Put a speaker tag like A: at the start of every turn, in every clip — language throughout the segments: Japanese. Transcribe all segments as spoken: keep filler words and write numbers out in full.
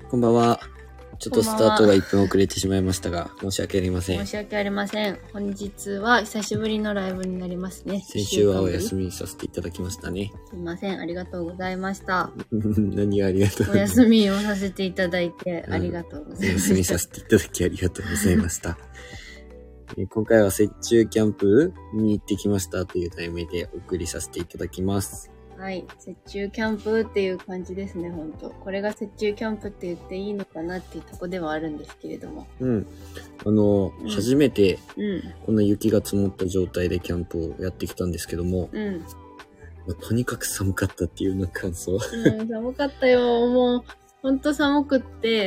A: こんばんは。ちょっとスタートがいっぷん遅れてしまいましたが、申し訳ありません。
B: 申し訳ありません。本日は久しぶりのライブになりますね。
A: 先週はお休みさせていただきましたね。
B: すいません。ありがとうございました。
A: 何がありがとうございます。
B: お休みをさせていただいてありがとうございました。
A: お休みさせていただきありがとうございました。今回は雪中キャンプに行ってきましたという題名でお送りさせていただきます。
B: はい。雪中キャンプっていう感じですね、ほんと。これが雪中キャンプって言っていいのかなっていうとこではあるんですけれども。
A: うん。あの、うん、初めて、
B: うん、
A: こんな雪が積もった状態でキャンプをやってきたんですけども、
B: うん。
A: まあ、とにかく寒かったっていうの感想。
B: うん、寒かったよ。もう、ほんと寒くって。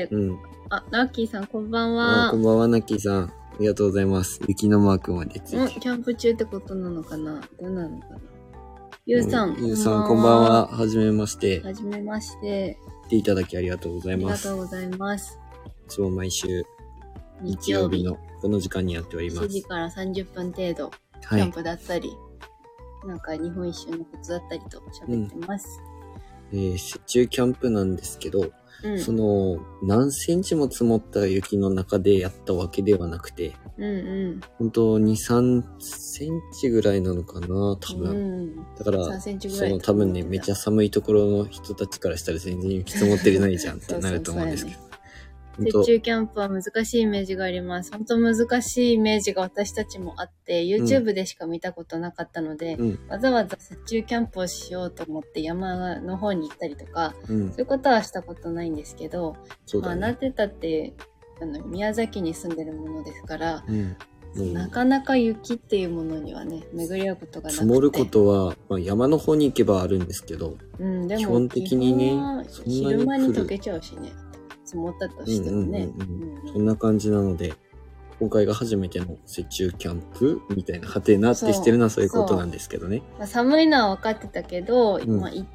A: うん。
B: あ、ナッキーさん、こんばんは。
A: あ、こんばんは、ナッキーさん。ありがとうございます。雪のマークまでついて。
B: うん、キャンプ中ってことなのかな？どうなのかな？ゆうさん、
A: ゆうさん、こんばんは。はじめまして。
B: はじめまして。
A: 来ていただきありがとうございます。
B: ありがとうございます。
A: いつも毎週、日曜日のこの時間にやっております。
B: しちじからさんじゅっぷん程度、キャンプだったり、はい、なんか日本一周のコツだったりと喋ってます。
A: うん、えー、雪中キャンプなんですけど、うん、その、何センチも積もった雪の中でやったわけではなくて、
B: うんうん、
A: 本当に、さんセンチぐらいなのかな、多分。うん、だから、その多分ね、めっちゃ寒いところの人たちからしたら全然雪積もってないじゃんってなると思うんですけど。
B: 雪中キャンプは難しいイメージがあります。本当難しいイメージが私たちもあって、YouTube でしか見たことなかったので、うん、わざわざ雪中キャンプをしようと思って山の方に行ったりとか、うん、そういうことはしたことないんですけど、ね、まあなってたってあの宮崎に住んでるものですから、うんうん、なかなか雪っていうものにはね、巡り合うことがなくて。
A: 積もることは、まあ、山の方に行けばあるんですけど、うん、でも基本的にね、
B: そんなに昼間に溶けちゃうしね。積もったとしてもね。
A: そんな感じなので、今回が初めての雪中キャンプみたいな、はてなってしてるのはそういうことなんですけどね。
B: まあ、寒いのは分かってたけど、うん、まあ行って、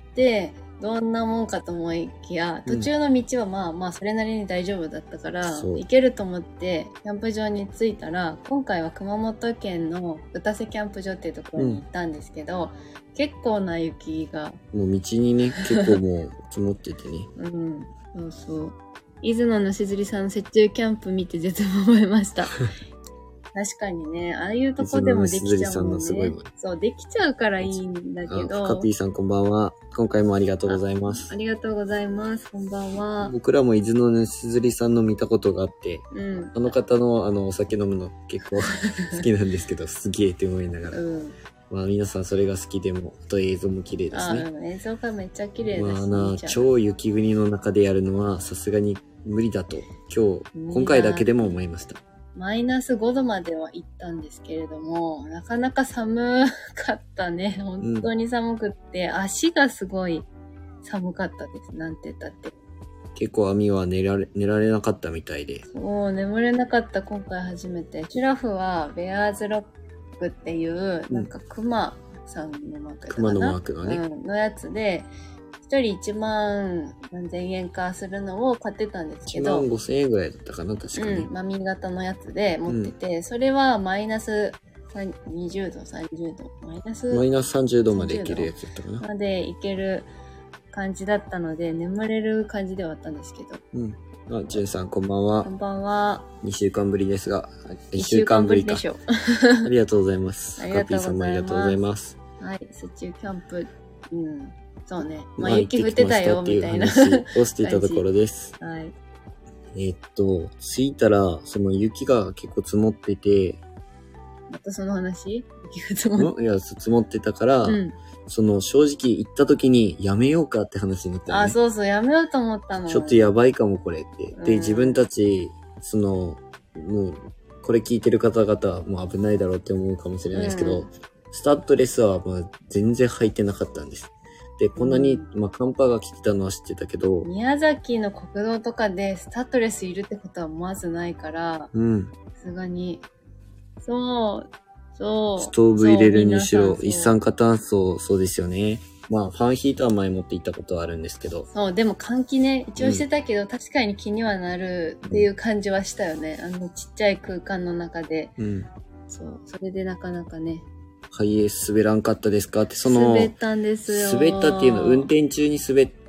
B: どんなもんかと思いきや、途中の道はまあまあそれなりに大丈夫だったから、うん、行けると思ってキャンプ場に着いたら、今回は熊本県の歌瀬キャンプ場っていうところに行ったんですけど、うん、結構な雪が。
A: もう道にね、結構もう積もっててね。
B: うん、そうそう。伊豆野のしずりさんの雪中キャンプ見て絶望覚えました。確かにね、ああいうとこでもできちゃうもんね。そう、できちゃうからいいんだけど。
A: カピーさんこんばんは。今回もありがとうございます。
B: あ, ありがとうございます。こんばんは。
A: 僕らも伊豆野のしずりさんの見たことがあって、うん、あの方のあのお酒飲むの結構好きなんですけど、すげえって思いながら。うんまあ皆さんそれが好きでも、あと映像も綺麗ですね。
B: あ映像がめっちゃ綺麗だし、ね。
A: まあな、超雪国の中でやるのはさすがに無理だと、今日、今回だけでも思いました。
B: マイナスごどまでは行ったんですけれども、なかなか寒かったね。本当に寒くって、うん、足がすごい寒かったです。なんて言ったって。
A: 結構網は寝られ、寝られなかったみたいで。
B: そう、眠れなかった今回初めて。シュラフはベアーズロックっていう、なんかクマさんのマークだったかな。
A: クマのマークのね。
B: うん、のやつで、一人一万何千円かするのを買ってたんですけど。
A: いちまんごせんえんぐらいだったかな、確かに。
B: うん、マミ型のやつで持ってて、うん、それはマイナスにじゅうど、さんじゅうど、マイナス
A: マイナスさんじゅうどまでいけるやつだったかな。
B: までいける感じだったので、眠れる感じではあったんですけど。
A: うん。あ、ジュンさんこんばんは。
B: こんばんは。
A: にしゅうかんぶりですが、
B: いっしゅうかんぶりか。
A: いっしゅうかんぶりでしょ。ありがとうございます。
B: ありがとうございます。
A: カピーさんもありがとうございます。
B: はい、雪中キャンプ、うん。そうね。まあ、雪降ってたよ、みたいな。
A: をしていたところです。
B: はい。
A: えー、っと、着いたら、その雪が結構積もってて、
B: またその話雪が積もって
A: いや、積もってたから、うん、その正直行った時にやめようかって話になったよね。
B: あ、そうそう、やめようと思ったの。
A: ちょっとやばいかも、これって。うん、で、自分たち、その、もう、これ聞いてる方々はもう危ないだろうって思うかもしれないですけど、うん、スタッドレスはまあ全然履いてなかったんです。で、こんなに、まあ、寒波が来てたのは知ってたけど、
B: 宮崎の国道とかでスタッドレスいるってことはまずないから、
A: うん。
B: さすがに。そう、そう。
A: ストーブ入れるにしろ、一酸化炭素、そうですよね。まあ、ファンヒーターは前持って行ったことはあるんですけど。
B: そう、でも換気ね、一応してたけど、うん、確かに気にはなるっていう感じはしたよね。あのちっちゃい空間の中で。
A: うん。
B: そう、それでなかなかね。
A: はい、滑らんかったですかって、その、
B: 滑ったんですよ。
A: 滑ったっていうのは運転中に滑っ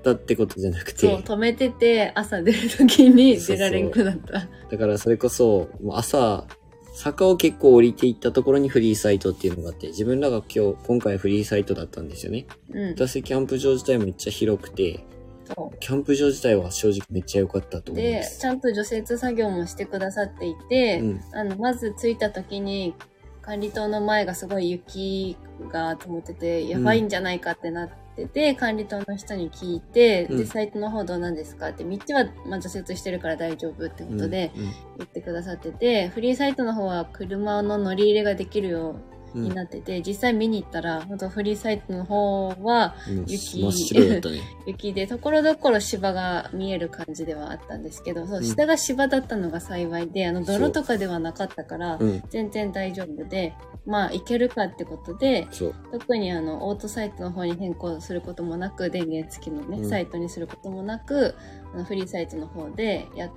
A: ったってことじゃなくて。
B: そう、止めてて、朝出るときに出られんくなった。そうそう
A: だからそれこそ、もう朝、坂を結構降りていったところにフリーサイトっていうのがあって、自分らが今日、今回フリーサイトだったんですよね。うん。私、キャンプ場自体めっちゃ広くて、そう。キャンプ場自体は正直めっちゃ良かったと思います。
B: で、ちゃんと除雪作業もしてくださっていて、うん、あの、まず着いた時に、管理棟の前がすごい雪が積もってて、やばいんじゃないかってなってて、うん、管理棟の人に聞いて、うん、で、サイトの方どうなんですかって、道は、まあ、除雪してるから大丈夫ってことで言ってくださってて、うんうん、フリーサイトの方は車の乗り入れができるようになってて、うん、実際見に行ったら、本当フリーサイトの方は雪、
A: 真っ白だったね。
B: 雪で、ところどころ芝が見える感じではあったんですけど、そう、下が芝だったのが幸いで、あの、泥とかではなかったから、全然大丈夫で、まあ、いけるかってことで、特にあの、オートサイトの方に変更することもなく、電源付きのね、うん、サイトにすることもなく、あのフリーサイトの方でやって、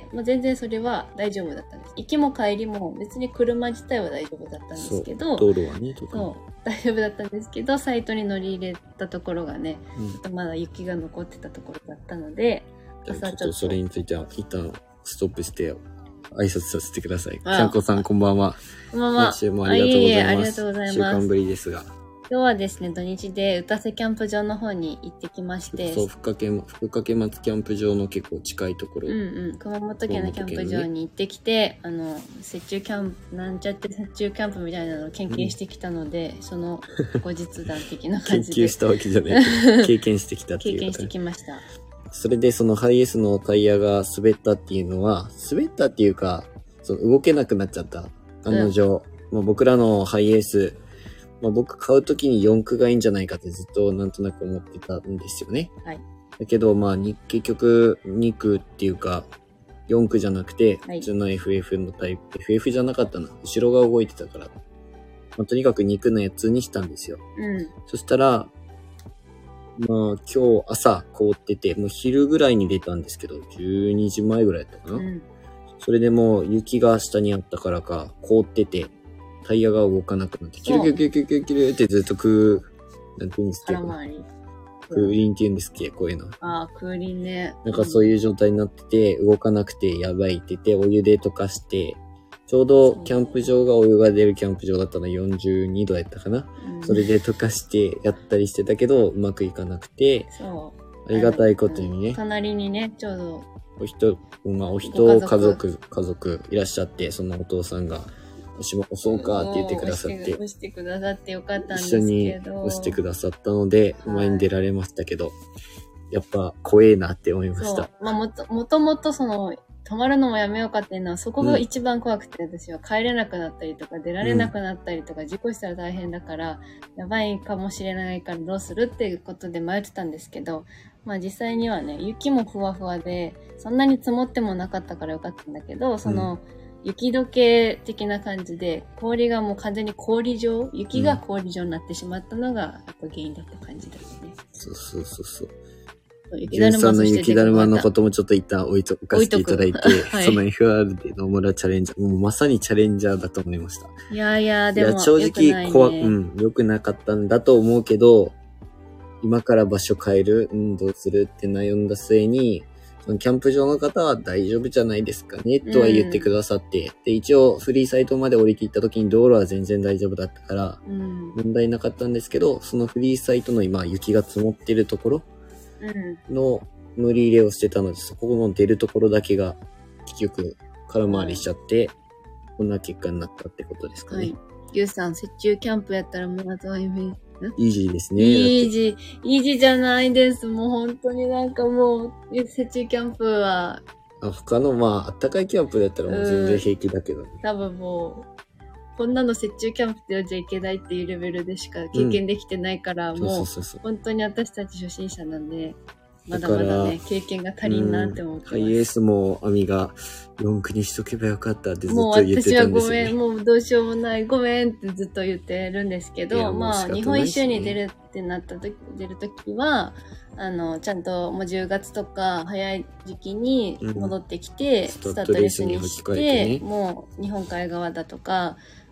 B: まあ、全然それは大丈夫だったんです。行きも帰りも別に車自体は大丈夫だったんですけど、
A: 道路はね、特に。
B: そう、大丈夫だったんですけど、サイトに乗り入れたところがね、うん、ちょっとまだ雪が残ってたところだったので、
A: 朝ちょっとそれについては一旦ストップして挨拶させてください。キャンコさんこんばんは。
B: こんばんは。
A: 今週もありがとうございます。あ、いえいえ、
B: ありがとうございます。
A: 週間ぶりですが。
B: 今日はですね、土日で宇多瀬キャンプ場の方に行ってきまして。
A: そう、福掛福掛松キャンプ場の結構近いところ。
B: うんうん。熊本県のキャンプ場に行ってきて、ね、あの、雪中キャンプ、なんちゃって雪中キャンプみたいなのを研究してきたので、うん、その後日談的な感じで。
A: 研究したわけじゃないけど、経験してきたっていう、
B: 経験してきました。
A: それでそのハイエースのタイヤが滑ったっていうのは、滑ったっていうか、その動けなくなっちゃった。案の定。うん、まあ、僕らのハイエース、まあ、僕買うときによん区がいいんじゃないかってずっとなんとなく思ってたんですよね。はい。だけど、まあ、結局に区っていうか、よん区じゃなくて、普通の エフエフ のタイプ、エフエフ じゃなかったな。後ろが動いてたから。まあ、とにかくに区のやつにしたんですよ。うん。そしたら、まあ、今日朝凍ってて、もう昼ぐらいに出たんですけど、じゅうにじまえぐらいだったかな。うん。それでもう雪が下にあったからか、凍ってて、タイヤが動かなくなって、キュルキュルキュルキュルキュルってずっとクー、なんて言うんですっけ、クーリンって言うんですっけ、こういうの。
B: ああ、クーリンね。
A: なんかそういう状態になってて、動かなくてやばいって言って、お湯で溶かして、ちょうどキャンプ場がお湯が出るキャンプ場だったのよんじゅうにどやったかな。うん、それで溶かしてやったりしてたけど、うまくいかなくて、そう。ありがたいことにね。
B: 隣にね、ちょうど。
A: お人、まあお人、家族、家族いらっしゃって、そのお父さんが、押し、押そうかって言ってくださって。
B: 押してくださってよかったんですけど。一緒に
A: 押してくださったので、前に出られましたけど、やっぱ怖えなって思いました。
B: そう。まあもと、もともとその、泊まるのもやめようかっていうのは、そこが一番怖くて、うん、私は帰れなくなったりとか、出られなくなったりとか、うん、事故したら大変だから、やばいかもしれないからどうするっていうことで迷ってたんですけど、まあ実際にはね、雪もふわふわで、そんなに積もってもなかったからよかったんだけど、その、うん雪解け的な感じで、氷がもう完全に氷状、雪が氷状になってしまったのが、やっぱ原因だった感じだよね。
A: そうそうそうそう。雪だるまの雪だるまのこともちょっと一旦置いとかせていただいて、はい、その エフアール で野村チャレンジャー、もうまさにチャレンジャーだと思いました。
B: いやいや、でも、いや
A: 正直怖、ね、うん、良くなかったんだと思うけど、今から場所変える、うん、どうするって悩んだ末に、そのキャンプ場の方は大丈夫じゃないですかね、とは言ってくださって、うん、で、一応フリーサイトまで降りていった時に道路は全然大丈夫だったから、うん、問題なかったんですけど、そのフリーサイトの今雪が積もってるところの乗り入れをしてたので、そこの出るところだけが結局空回りしちゃって、うん、こんな結果になったってことですかね。はい。
B: ゆうさん、雪中キャンプやったらもうあとはイメージ。
A: イージーですね。
B: イージー、イージーじゃないです。もう本当になんかもう、雪中キャンプは。
A: あ、他のまあ、あったかいキャンプだったらもう全然平気だけど、ね。
B: 多分もう、こんなの雪中キャンプって呼んじゃいけないっていうレベルでしか経験できてないから、うん、もう、本当に私たち初心者なんで、まだまだね、経験が足りんなって思ってます。
A: ハイエースも網がよん区にしとけばよかったってずっと言ってたんですよ、ね。
B: もう私はごめん、もうどうしようもない、ごめんってずっと言ってるんですけど、まあ、日本一周に出るってなった時、出る時は、あの、ちゃんともうじゅうがつとか早い時期に戻ってきて、うん、スタッドレスにして、ね、もう日本海側だとか、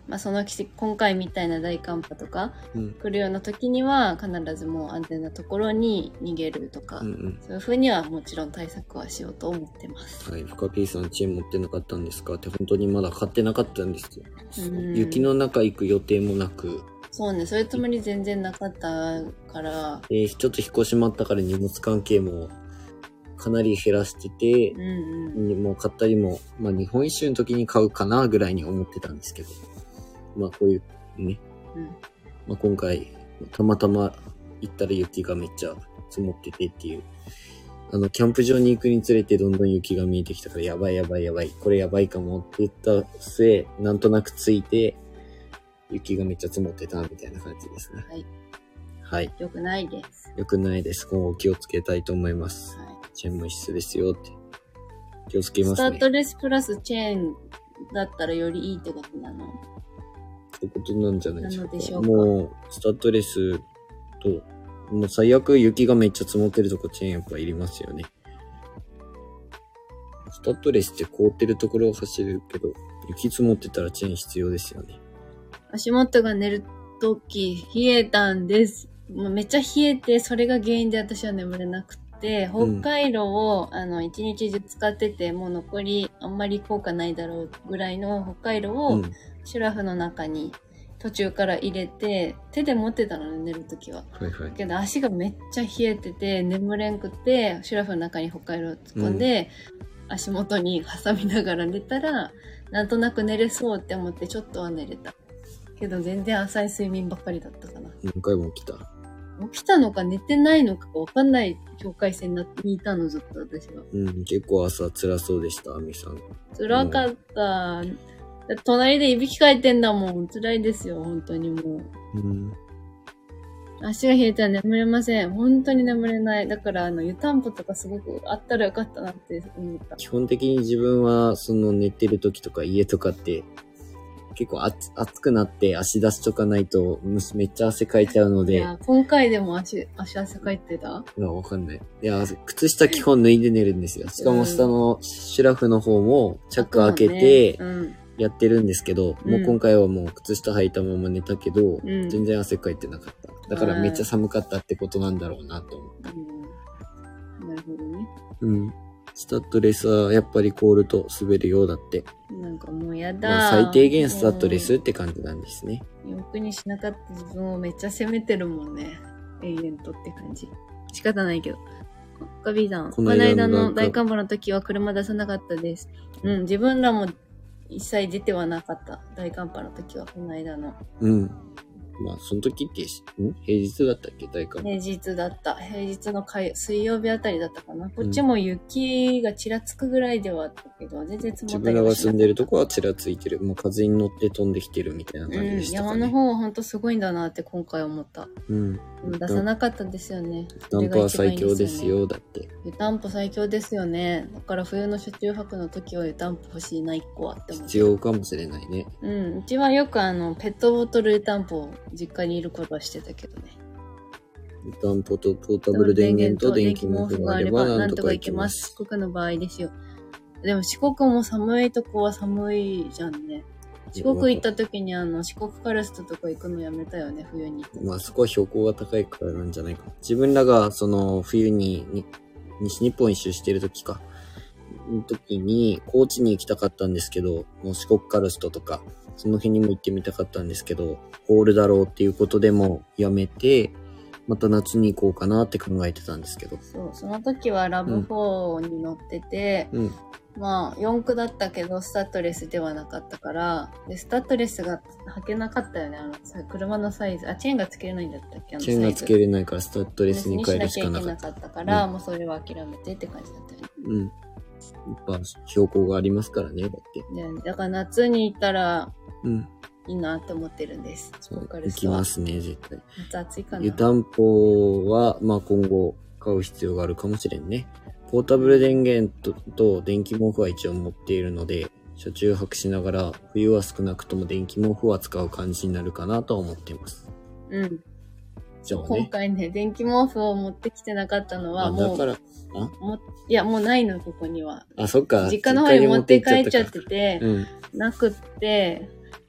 B: まあ、その季節、今回みたいな大寒波とか来るような時には必ずもう安全なところに逃げるとか、うんうん、そういう風にはもちろん対策はしようと思ってます。
A: はい、深 P さんチェーン持ってなかったんですかって本当にまだ買ってなかったんですよ。雪の中行く予定もなく。
B: そうね、そういうつもり全然なかったから。
A: えー、ちょっと引っ越しまったから荷物関係もかなり減らしてて、うんうん、もう買ったりも、まあ日本一周の時に買うかなぐらいに思ってたんですけど、まあこういうね、うん、まあ今回たまたま行ったら雪がめっちゃ積もっててっていう、あのキャンプ場に行くにつれてどんどん雪が見えてきたからやばいやばいやばい、これやばいかもって言った末、なんとなくついて雪がめっちゃ積もってたみたいな感じですね。はい。はい。
B: よくないです。
A: よくないです。今後気をつけたいと思います。はい、チェーンも必須ですよって。気をつけますね。
B: スタッドレスプラスチェーンだったらよりいいってことなの？
A: ってことなんじゃないでしょうか。
B: なのでしょうか。
A: もう、スタッドレスと、もう最悪雪がめっちゃ積もってるとこチェーンやっぱいりますよね。スタッドレスって凍ってるところを走るけど、雪積もってたらチェーン必要ですよね。
B: 足元が寝るとき冷えたんです。もうめっちゃ冷えて、それが原因で私は眠れなくて、北海道を、うん、あの一日中使ってて、もう残りあんまり効果ないだろうぐらいの北海道を、うん、シュラフの中に途中から入れて、手で持ってたのね、寝るときは。はいはい。けど足がめっちゃ冷えてて、眠れんくて、シュラフの中に北海道を突っ込んで、うん、足元に挟みながら寝たら、なんとなく寝れそうって思ってちょっとは寝れた。けど全然浅い睡眠ばっかりだったかな。
A: 何回も起きた？
B: 起きたのか寝てないのかわかんない境界線にいたの、ずっと私は。
A: うん、結構朝辛そうでした、アミさん。
B: 辛かった。隣でいびきかいてんだもん。辛いですよ、本当にもう。うん、足が冷えたら眠れません。本当に眠れない。だから、あの、湯たんぽとかすごくあったらよかったなって思った。
A: 基本的に自分は、その寝てる時とか家とかって、結構暑くなって足出しとかないとめっちゃ汗かいちゃうので。いや、
B: 今回でも足、足汗かいてた？
A: いや、わかんない。いや、靴下基本脱いで寝るんですよ。しかも下のシュラフの方もチャック開けてやってるんですけど、うん、もう今回はもう靴下履いたまま寝たけど、うん、全然汗かいてなかった。だからめっちゃ寒かったってことなんだろうなと思った。
B: うん、なるほどね。
A: うん。スタッドレスはやっぱり凍ると滑るようだって。
B: なんかもうやだ、
A: まあ、最低限スタッドレスって感じなんですね。
B: よくにしなかった自分をめっちゃ責めてるもんね。永遠とって感じ。仕方ないけど。ガビーさん、この間の大寒波の時は車出さなかったです。うん、自分らも一切出てはなかった。大寒波の時は、この間の。
A: うん。まあ、その時って、ん平日だったっけ大寒波。
B: 平日だった。平日の火水曜日あたりだったかな。こっちも雪がちらつくぐらいではあったけど、うん、全然積もったりはしなかった。
A: 自分らが住んでるとこはちらついてる。もう風に乗って飛んできてるみたいな感じでしたかね。
B: うん、山の方はほんとすごいんだなって今回思った。うん。出さなかったですよね。
A: 湯たんぽは最強ですよ、だって。
B: 湯たんぽ最強ですよね。だから冬の車中泊の時は湯たんぽ欲しいな、一個はって思って。
A: 必要かもしれないね。
B: うん。うちはよくあの、ペットボトル湯たんぽを実家にいることはしてたけどね。
A: 湯たんぽとポータブル電源と電気毛布があればなんとかいけます。
B: 四国の場合ですよ。でも四国も寒いとこは寒いじゃんね。四国行った時にあの、四国カルストとか行くのやめたよね、冬に。
A: まあそこは標高が高いからなんじゃないか。自分らがその冬に、に西日本一周してる時か。の時に、高知に行きたかったんですけど、もう四国カルストとか、その辺にも行ってみたかったんですけど、凍るだろうっていうことでもやめて、また夏に行こうかなって考えてたんですけど。
B: そう、その時はラブフォーに乗ってて、うん、まあ、四駆だったけど、スタッドレスではなかったから、で、スタッドレスが履けなかったよね、あの、車のサイズ。あ、チェーンがつけれないんだったっけあの
A: チェーンがつけれないからスタッドレスに変えるしかなかった。
B: にしなきゃいけなかったから、うん、もうそれは諦めてって感じだったよね。
A: うん。やっぱ、標高がありますからね、だって。
B: ね、だから夏に行ったら、うん。いいなって思ってるんです。
A: そう、行きますね、絶対。
B: 夏暑いかな。
A: 湯たんぽは、まあ今後買う必要があるかもしれんね。ポータブル電源と、と電気毛布は一応持っているので、車中泊しながら、冬は少なくとも電気毛布は使う感じになるかなとは思っています。
B: うん。じゃあね、今回ね、電気毛布を持ってきてなかったのは、もう、だから、あもいや、もうないの、ここには。
A: あ、そっか。
B: 実家の方に持って帰っちゃってて、うん、なくって、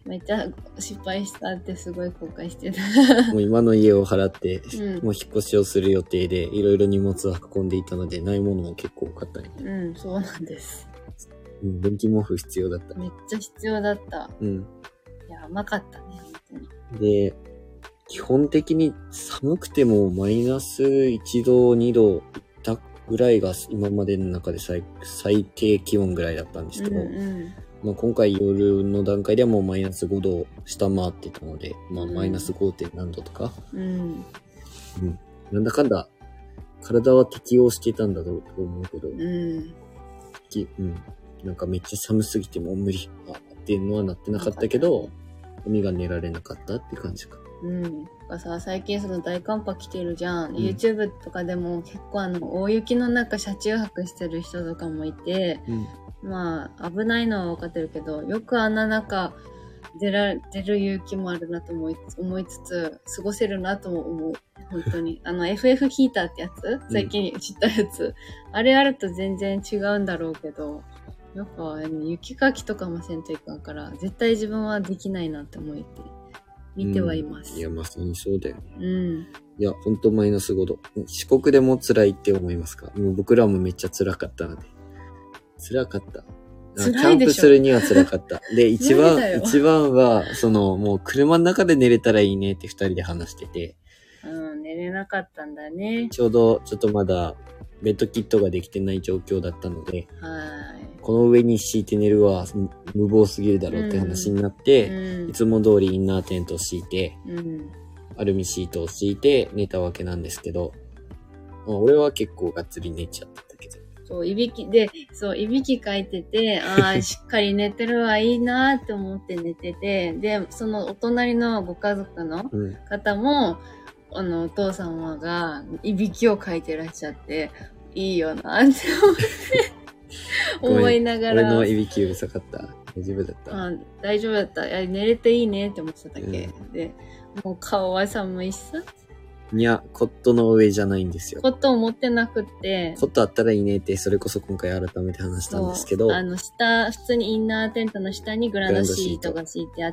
B: めっちゃ失敗したってすごい後悔してた。
A: もう今の家を払って、
B: うん、
A: もう引っ越しをする予定で、いろいろ荷物を運んでいたので、ないものも結構多かったね。
B: うん、そうなんです。
A: うん、電気毛布必要だった。
B: めっちゃ必要だった。
A: うん。
B: いや、甘かったね、本
A: 当に。で、基本的に寒くてもマイナスいちど、にどいったぐらいが今までの中で 最, 最低気温ぐらいだったんですけど、うんうん、まあ、今回夜の段階ではもうマイナスごどを下回ってたので、まあマイナス ご. 点何度とか、うん、うん。なんだかんだ体は適応してたんだろうと思うけど、うん、うん。なんかめっちゃ寒すぎてもう無理っていうのはなってなかったけど、海が寝られなかったって感じか。
B: うん。かさ、最近その大寒波来てるじゃん。うん、YouTube とかでも結構あの、大雪の中車中泊してる人とかもいて、うん、まあ、危ないのは分かってるけど、よくあんな中、出ら、出る勇気もあるなと思い、思いつつ、過ごせるなとも思う。本当に。あの、エフエフ ヒーターってやつ最近知ったやつ、うん。あれあると全然違うんだろうけど、やっぱ、雪かきとかもせんといかんから、絶対自分はできないなって思って、見てはいます。
A: うん、いや、まさにそうだよね。
B: うん。
A: いや、ほんとマイナスごど。四国でも辛いって思いますか？もう僕らもめっちゃ辛かったので。辛かった。
B: 辛いでしょ。
A: キャンプするには辛かった。で、一番、一番は、その、もう車の中で寝れたらいいねって二人で話してて。
B: うん、寝れなかったんだね。
A: ちょうど、ちょっとまだ、ベッドキットができてない状況だったので、
B: はい。
A: この上に敷いて寝るは無謀すぎるだろうって話になって、うん、いつも通りインナーテントを敷いて、うん、アルミシートを敷いて寝たわけなんですけど、まあ、俺は結構がっつり寝ちゃったけど。
B: そう、いびきで、そう、いびきかいてて、ああ、しっかり寝てるわ、いいなって思って寝てて、で、そのお隣のご家族の方も、うん、あの、お父様がいびきをかいてらっしゃって、いいよなって思って。思いながら。
A: 俺のいびきうるさかった。大丈夫だった。
B: あ、大丈夫だった。いや、寝れていいねって思ってただけ、うん。で、もう顔は寒いしさ。
A: いや、コットの上じゃないんですよ。
B: コットを持ってなくって。
A: コットあったらいいねって、それこそ今回改めて話したんですけど。
B: あの、下、普通にインナーテントの下にグランドシートが敷いてあって、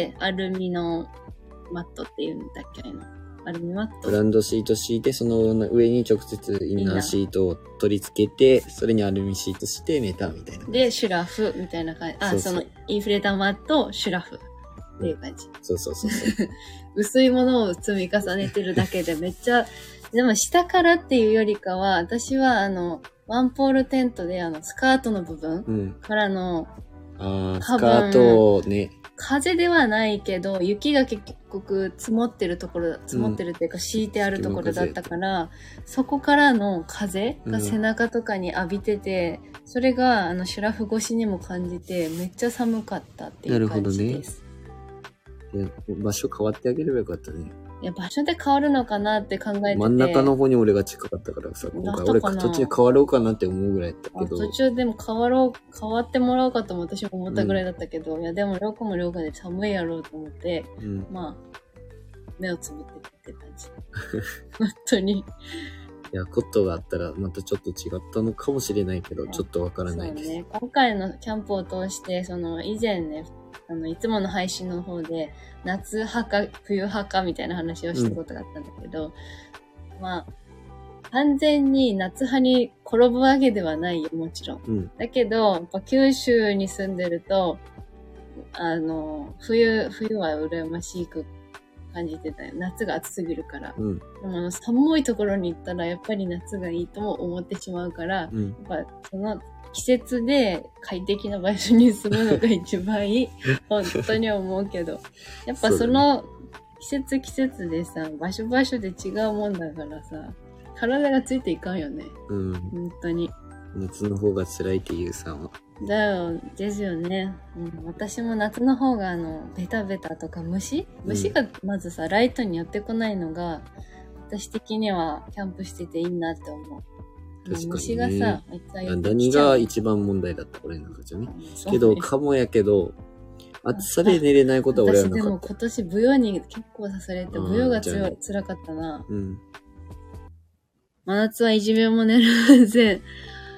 B: アルミのマットっていうんだっけあの。アルミマット。
A: グランドシート敷いて、その上に直接インナーシートを取り付けて、それにアルミシートして寝たみたいな。
B: で、シュラフみたいな感じ。あ、そうそう、そのインフレーターマット、シュラフっていう感じ。
A: うん、そうそうそうそう。
B: 薄いものを積み重ねてるだけでめっちゃ、でも下からっていうよりかは、私はあの、ワンポールテントであの、スカートの部分からの、
A: うん、ああ、スカートをね。
B: 風ではないけど、雪が結局積もってるところ、積もってるっていうか敷いてあるところだったから、うん、そこからの風が背中とかに浴びてて、うん、それがあのシュラフ越しにも感じて、めっちゃ寒かったっていう感じです。
A: なるほどね。いや、場所変わってあげればよかったね。
B: いや、場所で変わるのかなって考えてて。
A: 真ん中の方に俺が近かったからさ、今回俺途中変わろうかなって思うぐらいだったけど。
B: 途中でも変わろう、変わってもらおうかとも私も思ったぐらいだったけど、うん、いや、でも涼子も涼子で寒いやろうと思って、うん、まあ、目をつぶってって感じ。本当に。い
A: や、コットがあったらまたちょっと違ったのかもしれないけど、ちょっとわからないです。
B: そうね。今回のキャンプを通して、その以前ね、あの、いつもの配信の方で、夏派か冬派かみたいな話をしたことがあったんだけど、うん、まあ、完全に夏派に転ぶわけではないよ、もちろん。うん、だけど、やっぱ九州に住んでると、あの、冬、冬は羨ましく感じてたよ。夏が暑すぎるから。うん、でも寒いところに行ったら、やっぱり夏がいいとも思ってしまうから、うん、やっぱその、季節で快適な場所に住むのが一番いい。本当に思うけど。やっぱその季節季節でさ、場所場所で違うもんだからさ、体がついていかんよね。うん。本当に。
A: 夏の方が辛いっていうさ。
B: だよ、ですよね。うん、私も夏の方があの、ベタベタとか虫虫がまずさ、うん、ライトに寄ってこないのが、私的にはキャンプしてていいなって思う。
A: 確かにね。
B: 虫がさ、めっちゃ寄ってきちゃう。
A: 何が一番問題だった俺の中じゃね。うん、けど、かもやけど、暑さで寝れないことは俺はなかった。
B: 私でも今年ブヨに結構刺されて、ブヨが強い、辛かったな。うん。真夏はいじめも寝るぜ。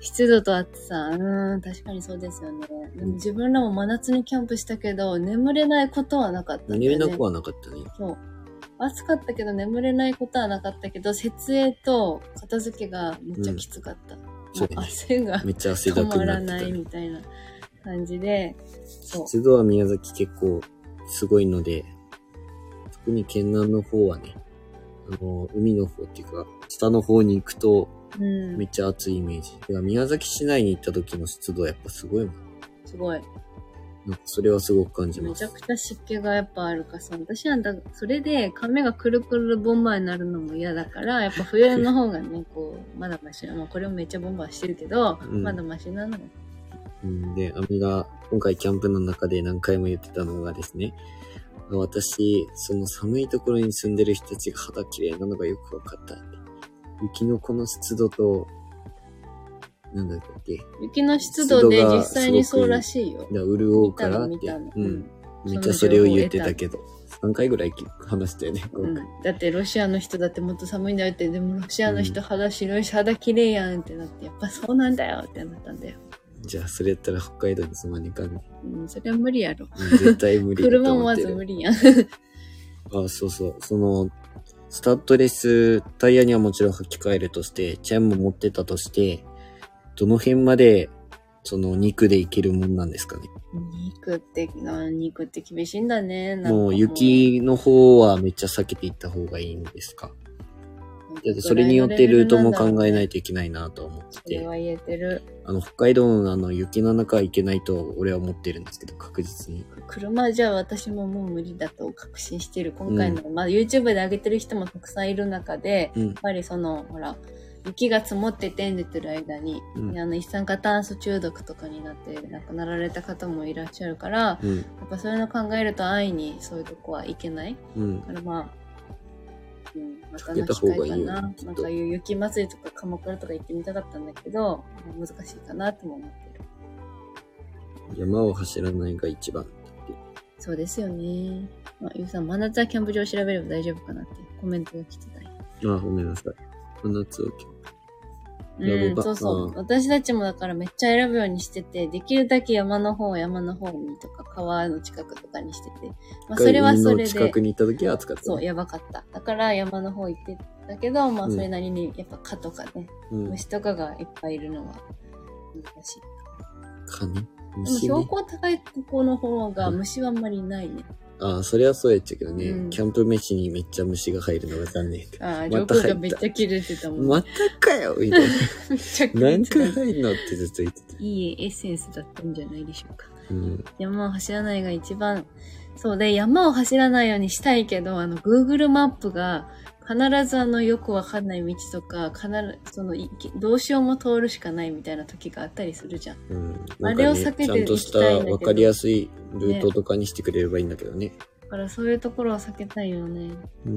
B: 湿度と暑さ。うーん、確かにそうですよね。でも自分らも真夏にキャンプしたけど、眠れないことはなかったんだよね。
A: 眠れなくはなかったね。
B: そう。暑かったけど眠れないことはなかったけど、設営と片付けがめっちゃきつかった。うん、そうね、汗が
A: めっちゃ汗だくになってた、ね、
B: 止まらないみたいな感じで。
A: 湿度は宮崎結構すごいので、特に県南の方はね、あの、海の方っていうか、下の方に行くと、めっちゃ暑いイメージ。うん、だから宮崎市内に行った時の湿度はやっぱすごいもん。
B: すごい。
A: なんかそれはすごく感じます。
B: めちゃくちゃ湿気がやっぱあるからさ、私はだ、それで髪がくるくるボンバーになるのも嫌だから、やっぱ冬の方がね、こう、まだマシな、まあこれもめっちゃボンバーしてるけど、うん、まだマシなのよ。
A: うん、で、アミが今回キャンプの中で何回も言ってたのがですね、私、その寒いところに住んでる人たちが肌綺麗なのがよくわかったって。雪のこの湿度と、なんだっけ。
B: 雪の湿度で実際にそうらしいよ。
A: だ潤うからって。うん。めっちゃそれを言ってたけど。さんかいぐらい話したよね、
B: うん。だってロシアの人だってもっと寒いんだよって、でもロシアの人肌白いし肌綺麗やんってなって、やっぱそうなんだよってなったんだよ。
A: じゃあそれやったら北海道に住まねえかんね。
B: うん、それは無理やろ。
A: 絶対無理だと思ってる。
B: 車もまず無理やん。
A: あ、そうそう。その、スタッドレスタイヤにはもちろん履き替えるとして、チェーンも持ってたとして、どの辺まで、その肉でいけるもんなんですかね。
B: 肉って、肉って厳しいんだね。
A: もう、もう雪の方はめっちゃ避けていった方がいいんですか。だってそれによってルートも考えないといけないなと思ってて。
B: それは言えてる。
A: あの、北海道のあの雪の中は行けないと俺は思ってるんですけど、確実に。
B: 車じゃ私ももう無理だと確信してる。今回の、うん、まあ YouTube で上げてる人もたくさんいる中で、うん、やっぱりその、ほら、雪が積もっててんでてる間に、うん、あの一酸化炭素中毒とかになって亡くなられた方もいらっしゃるから、うん、やっぱそういうの考えると安易にそういうとこは行けない。うん、だからまあ、うん、またの機会かな。なんかいう雪祭りとか鎌倉とか行ってみたかったんだけど、難しいかなとも思ってる。
A: 山を走らないが一番。
B: そうですよね。まあ、ゆうさん、真夏はキャンプ場調べれば大丈夫かなってコメントが来てたり。
A: ああ、ごめんなさい。真夏はキャンプ。
B: うん、そうそう。私たちもだからめっちゃ選ぶようにしてて、できるだけ山の方、山の方にとか、川の近くとかにしてて。まあ、それはそれで。海
A: の近くに行った時は暑かった、ね。
B: そう、やばかった。だから山の方行ってたけど、まあ、それなりに、やっぱ蚊とかね、うん、虫とかがいっぱいいるのは難しい。
A: 蚊ね。
B: 虫ね。でも標高高いところの方が虫はあんまりいないね。
A: ああ、それはそうやっちゃうけどね、うん。キャンプ飯にめっちゃ虫が入るのが残念。
B: ああ、ジョーがめっちゃ切れてたもん。
A: またかよみたいな。めっちゃ切れてた。何回入るのってずっと言ってた。
B: いいエッセンスだったんじゃないでしょうか。うん、山を走らないが一番、そうで、山を走らないようにしたいけど、あの、Google マップが、必ずあの、よくわかんない道とか、必ず、その、どうしようも通るしかないみたいな時があったりするじゃん。うん。なんかね、あれを避けていきたいんだけど。ちゃんとしたわかりやすいルートとかにしてくれればいいんだけどね。ね、だからそういうところは避けたいよね。うん。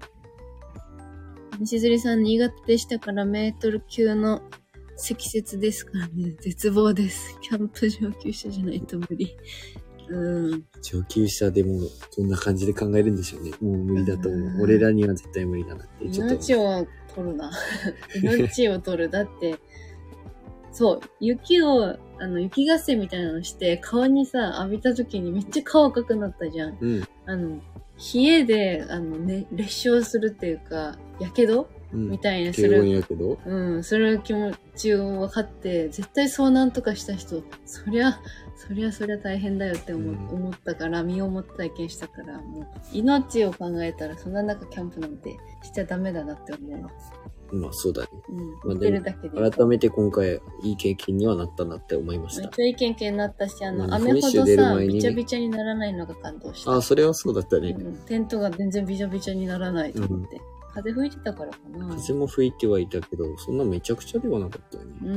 B: 西釣さん、新潟でしたからメートル級の積雪ですからね。絶望です。キャンプ上級者じゃないと無理。うん。
A: 上級者でもそんな感じで考えるんでしょうね。もう無理だと思う。俺らには絶対無理だなってちょっと。
B: 命を取るな。命を取る。だって、そう、雪を、あの、雪合戦みたいなのして、川にさ、浴びた時にめっちゃ顔赤くなったじゃん。うん。あの、冷えで、あのね、裂傷するっていうか、やけど、うん、みたいにする。
A: 低温やけど
B: うん、それの気持ちを分かって、絶対遭難とかした人、そりゃ、そりゃそりゃ大変だよって思,、うん、思ったから、身をもって体験したから、もう、命を考えたら、そんな中キャンプなんてしちゃダメだなって思うわ。
A: まあそうだね。
B: うん。
A: まあ、でも改めて今回いい経験にはなったなって思いました。
B: めっちゃいい経験になったし、あの、うん、雨ほどさ、びちゃびちゃにならないのが感動した。
A: ああ、それはそうだったね、
B: うん。テントが全然びちゃびちゃにならないと思って。うん、風吹いてたからかな。
A: 風も吹いてはいたけど、そんなめちゃくちゃではなかったよね。うん。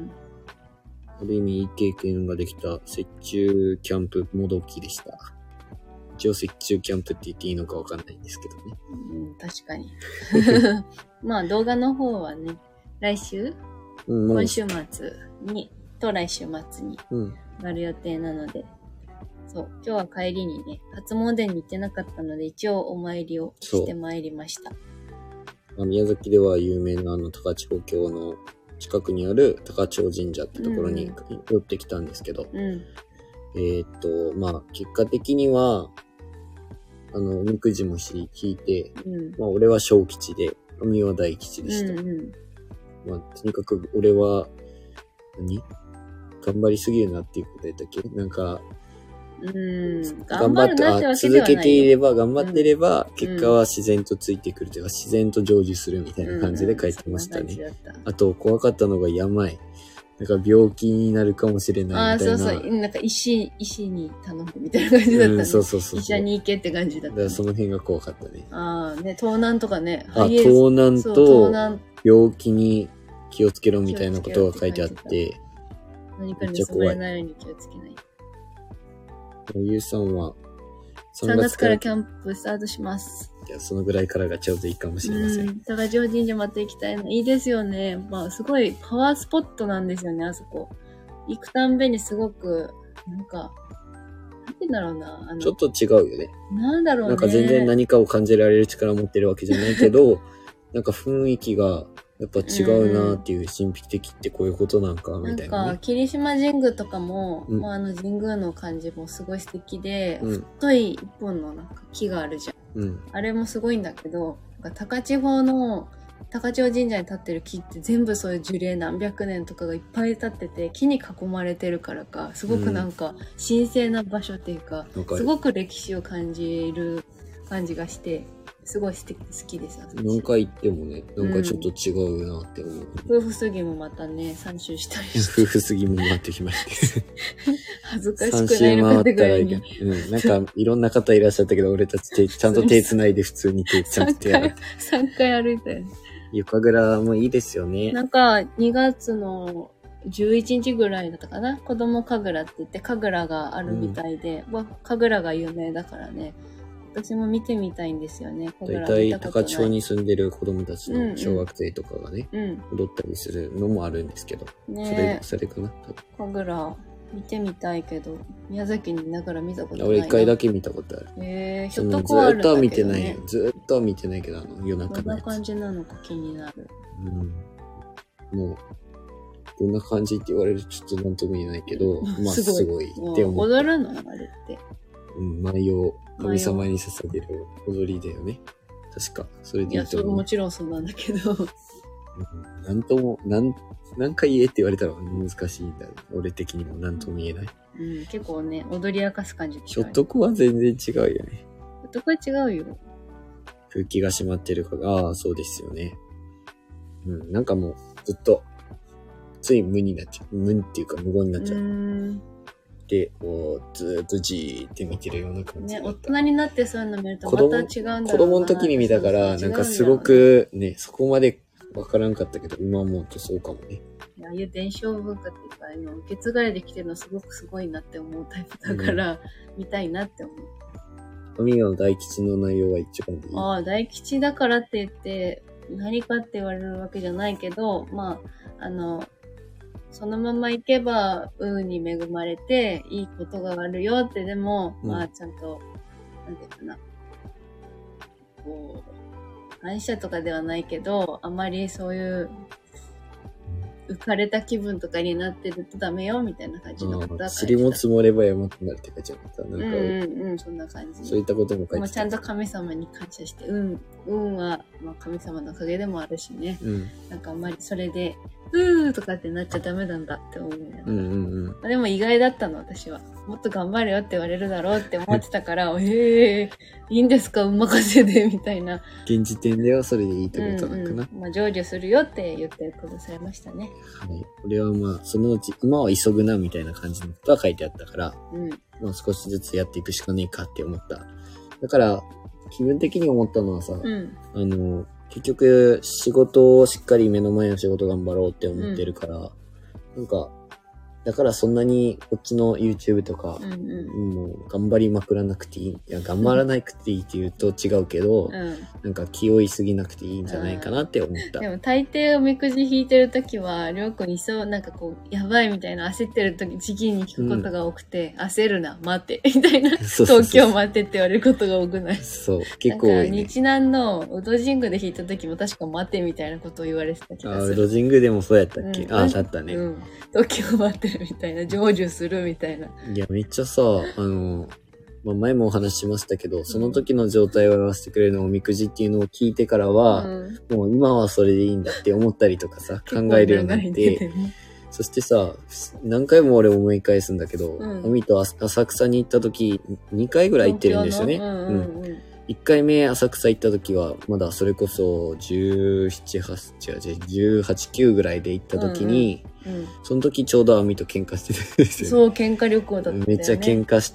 A: ある意味いい経験ができた雪中キャンプもどきでした。一応雪中キャンプって言っていいのかわかんないんですけどね。
B: うん、確かに。まあ動画の方はね、来週、うん、今週末に、と来週末になる予定なので、うん、そう、今日は帰りにね、初詣に行ってなかったので、一応お参りをしてまいりました。
A: まあ、宮崎では有名なあの高千穂峡の近くにある高千穂神社ってところに寄ってきたんですけど、
B: うん、
A: えーっと、まあ、結果的には、あの、おみくじも引いて、うん、まあ、俺は小吉で、神は大吉でした。うんうん、まあ、とにかく俺は、何頑張りすぎるなっていうこと言ったっけなんか、
B: うん、
A: 頑張って、あ、続けていれば、頑張ってれば、うん、結果は自然とついてくるというか、自然と成就するみたいな感じで書いてましたね。うんうん、あと、怖かったのが病。なんか病気になるかもしれないみたいな。あ、そうそう。
B: なんか医医師に頼むみたいな感じだったね。うん、
A: そうそうそうそう。
B: 医者に行けって感じだった、ね。
A: だからその辺が怖かったね。
B: ああ、ね、盗難とかね。
A: あ、盗難と病気に気をつけろみたいなことが書いてあって、
B: 何かに盗まれないように気をつけない。
A: ゆうさんは
B: さんがつからキャンプスタートします。
A: いや、そのぐらいからがちょうどいいかもしれません。うん、
B: 高千穂神社また行きたいの。いいですよね。まあ、すごいパワースポットなんですよね、あそこ。行くたんびにすごく、なんか、なんて言うんだろうな。あの
A: ちょっと違うよね。
B: なんだろうね。
A: なんか全然何かを感じられる力を持ってるわけじゃないけど、なんか雰囲気が、やっぱ違うなっていう、神秘的ってこういうことなんか、みたいな、ね。
B: なんか、霧島神宮とかも、うん、まあ、あの神宮の感じもすごい素敵で、うん、太い一本のなんか木があるじゃん。うん、あれもすごいんだけど、なんか高千穂の、高千穂神社に立ってる木って全部そういう樹齢何百年とかがいっぱい立ってて、木に囲まれてるからか、すごくなんか神聖な場所っていうか、うん、すごく歴史を感じる感じがして、すごい素敵、好きです。
A: 何回行ってもね、なんかちょっと違うなって思う。
B: うん、夫婦杉もまたね、三周したりし
A: て。夫婦杉も回ってきまして。
B: 恥ずかしくないのかってぐらいに。
A: うん、なんかいろんな方いらっしゃったけど、俺たち手ちゃんと手繋いで普通に手ちゃんとやる。
B: さんかい歩いたよね。
A: 床蔵もいいですよね。
B: なんかにがつのじゅういちにちぐらいだったかな。子供神楽って言って神楽があるみたいで、うん、神楽が有名だからね。私も見てみたいんですよね。
A: だいたい高千穂に住んでる子供たちの小学生とかがね、うんうん、踊ったりするのもあるんですけど、ね、それ、それかな。
B: 神楽見てみたいけど、宮崎にいながら見たことないな。
A: 俺一回だけ見たことある。
B: へえー、ひょっとこあるんだけど、ね、
A: ずっと見てないよ。ずっと見てないけど、あの夜中のやつ。
B: どんな感じなのか気になる。
A: うん。もう、どんな感じって言われるとちょっとなんとも言えないけど、まあすごいって思う。
B: 踊るのあれって。
A: うん、舞を神様に捧げる踊りだよね。確か。それでいいと思う。
B: いや、それもちろんそうなんだけど。うん、
A: なんとも、なん、何回言えって言われたら難しいんだ。俺的にもなんとも言えない。
B: うん、結構ね、踊り明かす感じ。
A: ひょっとこは全然違うよね。ひ
B: ょっとこは違うよ。
A: 空気が閉まってるから、ああ、そうですよね。うん、なんかもう、ずっと、つい無になっちゃう。無っていうか無言になっちゃう。うーんで、こう、ずーっとじーって見てるような感じ。
B: ね、大人になってそういうの見るとまた違うんだろうな。
A: 子供の時に見たから、なんかすごくね、そこまでわからんかったけど、今思うとそうかもね。
B: ああいう伝承文化っていうか、今受け継がれてきてるのすごくすごいなって思うタイプだから、うん、見たいなって思う。
A: 神谷の大吉の内容は一番でいい。
B: ああ、大吉だからって言って、何かって言われるわけじゃないけど、まあ、あの、そのまま行けば運に恵まれていいことがあるよって、でも、うん、まあちゃんと、なんていうかな、こう、反射とかではないけど、あまりそういう浮かれた気分とかになってるとダメよみたいな感じのことは書いてた。
A: 塵も積もれば山となるって書いてあった。なんか、うん
B: うんうん、そんな感じ。
A: そういったことも書いてた。
B: もうちゃんと神様に感謝して、うん、運は、まあ、神様のおかげでもあるしね。うん、なんかあんまりそれで、うーとかってなっちゃダメなんだって思うよね。うんうんうん。でも意外だったの、私は。もっと頑張れよって言われるだろうって思ってたから、ええー、いいんですか、運任せで、みたいな。
A: 現時点ではそれでいいってことなのかな。
B: うんうん、まあ、成就するよって言ってくださいましたね。
A: はい。これはまあ、そのうち、今は急ぐな、みたいな感じのことは書いてあったから、うん。まあ少しずつやっていくしかねえかって思った。だから、気分的に思ったのはさ、うん、あの、結局、仕事をしっかり目の前の仕事頑張ろうって思ってるから、うん、なんか、 だからそんなにこっちの YouTube とか、
B: うんうん、
A: もう頑張りまくらなくていい。いや、頑張らなくていいって言うと違うけど、うん、なんか気負いすぎなくていいんじゃないかなって思った。
B: うん、でも大抵おみくじ引いてるときは、りょうくんいそう、なんかこう、やばいみたいな焦ってるとき、時期に聞くことが多くて、うん、焦るな、待て、みたいな。そうそうそう、東京待てって言われることが多くない？
A: そう、結構多い、ね。
B: 日南の宇土神宮で引いたときも確か待てみたいなことを言われてた気がする。
A: あ、宇土神宮でもそうやったっけ？うん、あ、だったね。うん。
B: 東京待ってるみたいな、成就するみたいな。
A: いや、めっちゃさ、あの、まあ、前もお話ししましたけど、その時の状態を表してくれるのをおみくじっていうのを聞いてからは、うん、もう今はそれでいいんだって思ったりとかさ、考えるようになって、そしてさ、何回も俺思い返すんだけど、うん、海と浅草に行った時、にかいぐらい行ってるんですよね。うんうんうん、いっかいめ浅草行った時は、まだそれこそじゅうなな、はち、違う違う、じゅうはち、きゅうぐらいで行った時に、うんうん、その時ちょうど網と喧嘩してるんですよ、ね。
B: そう、喧嘩旅行だった、ね。
A: めっちゃ喧嘩して、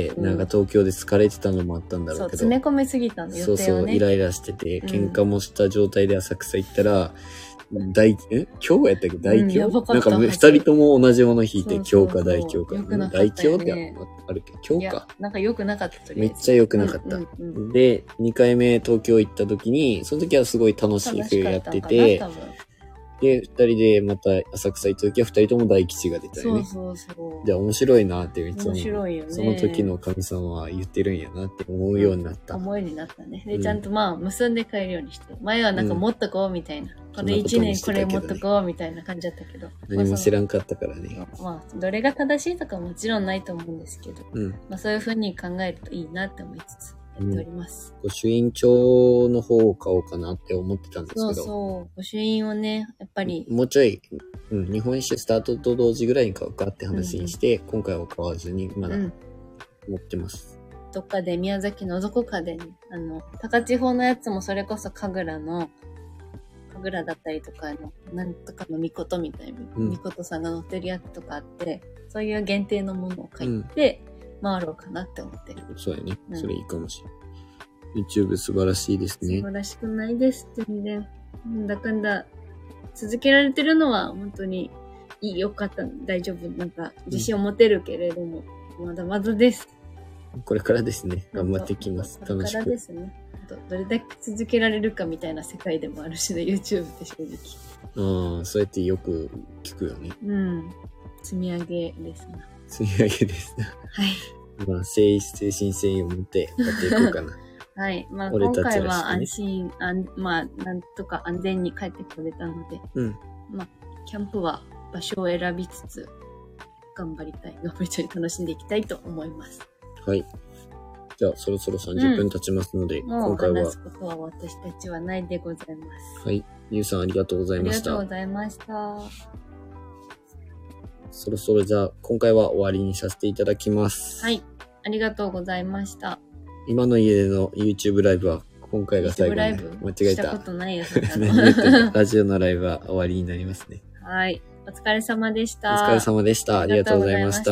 A: うん、なんか東京で疲れてたのもあったんだろうけど。そう、
B: 詰め込みすぎたの、予定をね。
A: そうそう、イライラしてて、喧嘩もした状態で浅草行ったら、大、え今日やったっけ大凶、うん、なんか二人とも同じもの引いて、今日か大凶か。大凶ってあるっけ今日か。
B: なんか良くなかったと
A: めっちゃ良くなかった、うんうんうん。で、にかいめ東京行った時に、その時はすごい楽しい冬やってて、で、二人でまた浅草行った時は二人とも大吉が出たよね。そうそうそう。じゃあ面白いなっていつも。面白いよね。その時の神様は言ってるんやなって思うようになった。
B: うん、思うようになったね。で、うん、ちゃんとまあ結んで帰るようにして。前はなんか持っとこうみたいな。うん、これ一年これ持っとこうみたいな感じだったけど。
A: 何も知らんかったからね。
B: まあ、どれが正しいとかもちろんないと思うんですけど。うん、まあそういう風に考えるといいなって思いつつ。やっております。
A: 御朱印帳の方を買おうかなって思ってたんですけど。
B: そうそう。御朱印をね、やっぱり。
A: もうちょい、うん、日本一周スタートと同時ぐらいに買うかって話にして、うん、今回は買わずにまだ持ってます。
B: うん、どっかで宮崎のどこかで、ね、あの、高千穂のやつもそれこそ神楽の、神楽だったりとか、あの、なんとかのみことみたいな、みことさんが乗ってるやつとかあって、そういう限定のものを買って、うん回ろうかなって思ってる。
A: そうやね。うん、それいいかもしれない。YouTube 素晴らしいですね。
B: 素晴らしくないですってね。なんだかんだ続けられてるのは本当にいい、よかった、大丈夫。なんか自信を持てるけれども、うん、まだまだです。
A: これからですね。頑張っていきます。楽しく。これから
B: ですね。ど, どれだけ続けられるかみたいな世界でもあるしね、YouTube って正
A: 直。ああ、そうやってよく聞くよね。
B: うん。積み上げですな。
A: 積み上げですな。はい。まあ、精神性を持ってやっていこうかな。
B: はい。まあ、ね、今回は安心、安まあ、なんとか安全に帰ってこれたので、うん。まあ、キャンプは場所を選びつつ、頑張りたい、頑張りたい、楽しんでいきたいと思います。
A: はい。じゃあ、そろそろさんじゅっぷん経ちますので、
B: うん、今回は。もう話すことは私たちはないでございます。
A: はい。ゆうさんありがとうございました。
B: ありがとうございました。
A: そろそろじゃあ、今回は終わりにさせていただきます。
B: はい。ありがとうございました。
A: 今の家での YouTube ライブは今回が最後、ね。
B: YouTube ライブ
A: 間違えた。
B: したことないやつ
A: ラジオのライブは終わりになりますね。
B: はい。お疲れ様でした。
A: お疲れ様でした。ありがとうございました。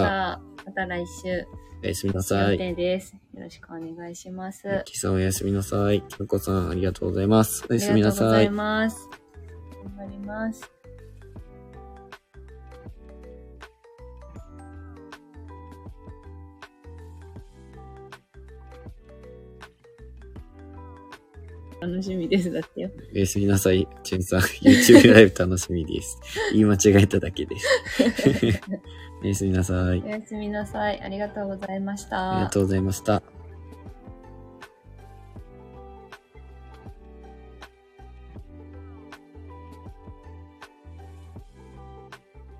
B: また来週。
A: おやすみなさい。
B: 予定です。よろしくお願いします。
A: きさんおやすみなさい。きのこさんありがとうございます。おやすみなさい。ありがとうござい
B: ます。頑張ります。楽しみです。だってよ。
A: おやすみなさい。チュンさん、YouTube ライブ楽しみです。言い間違えただけです。おやすみなさい。
B: おやすみなさい。ありがとうございました。
A: ありがとうございました。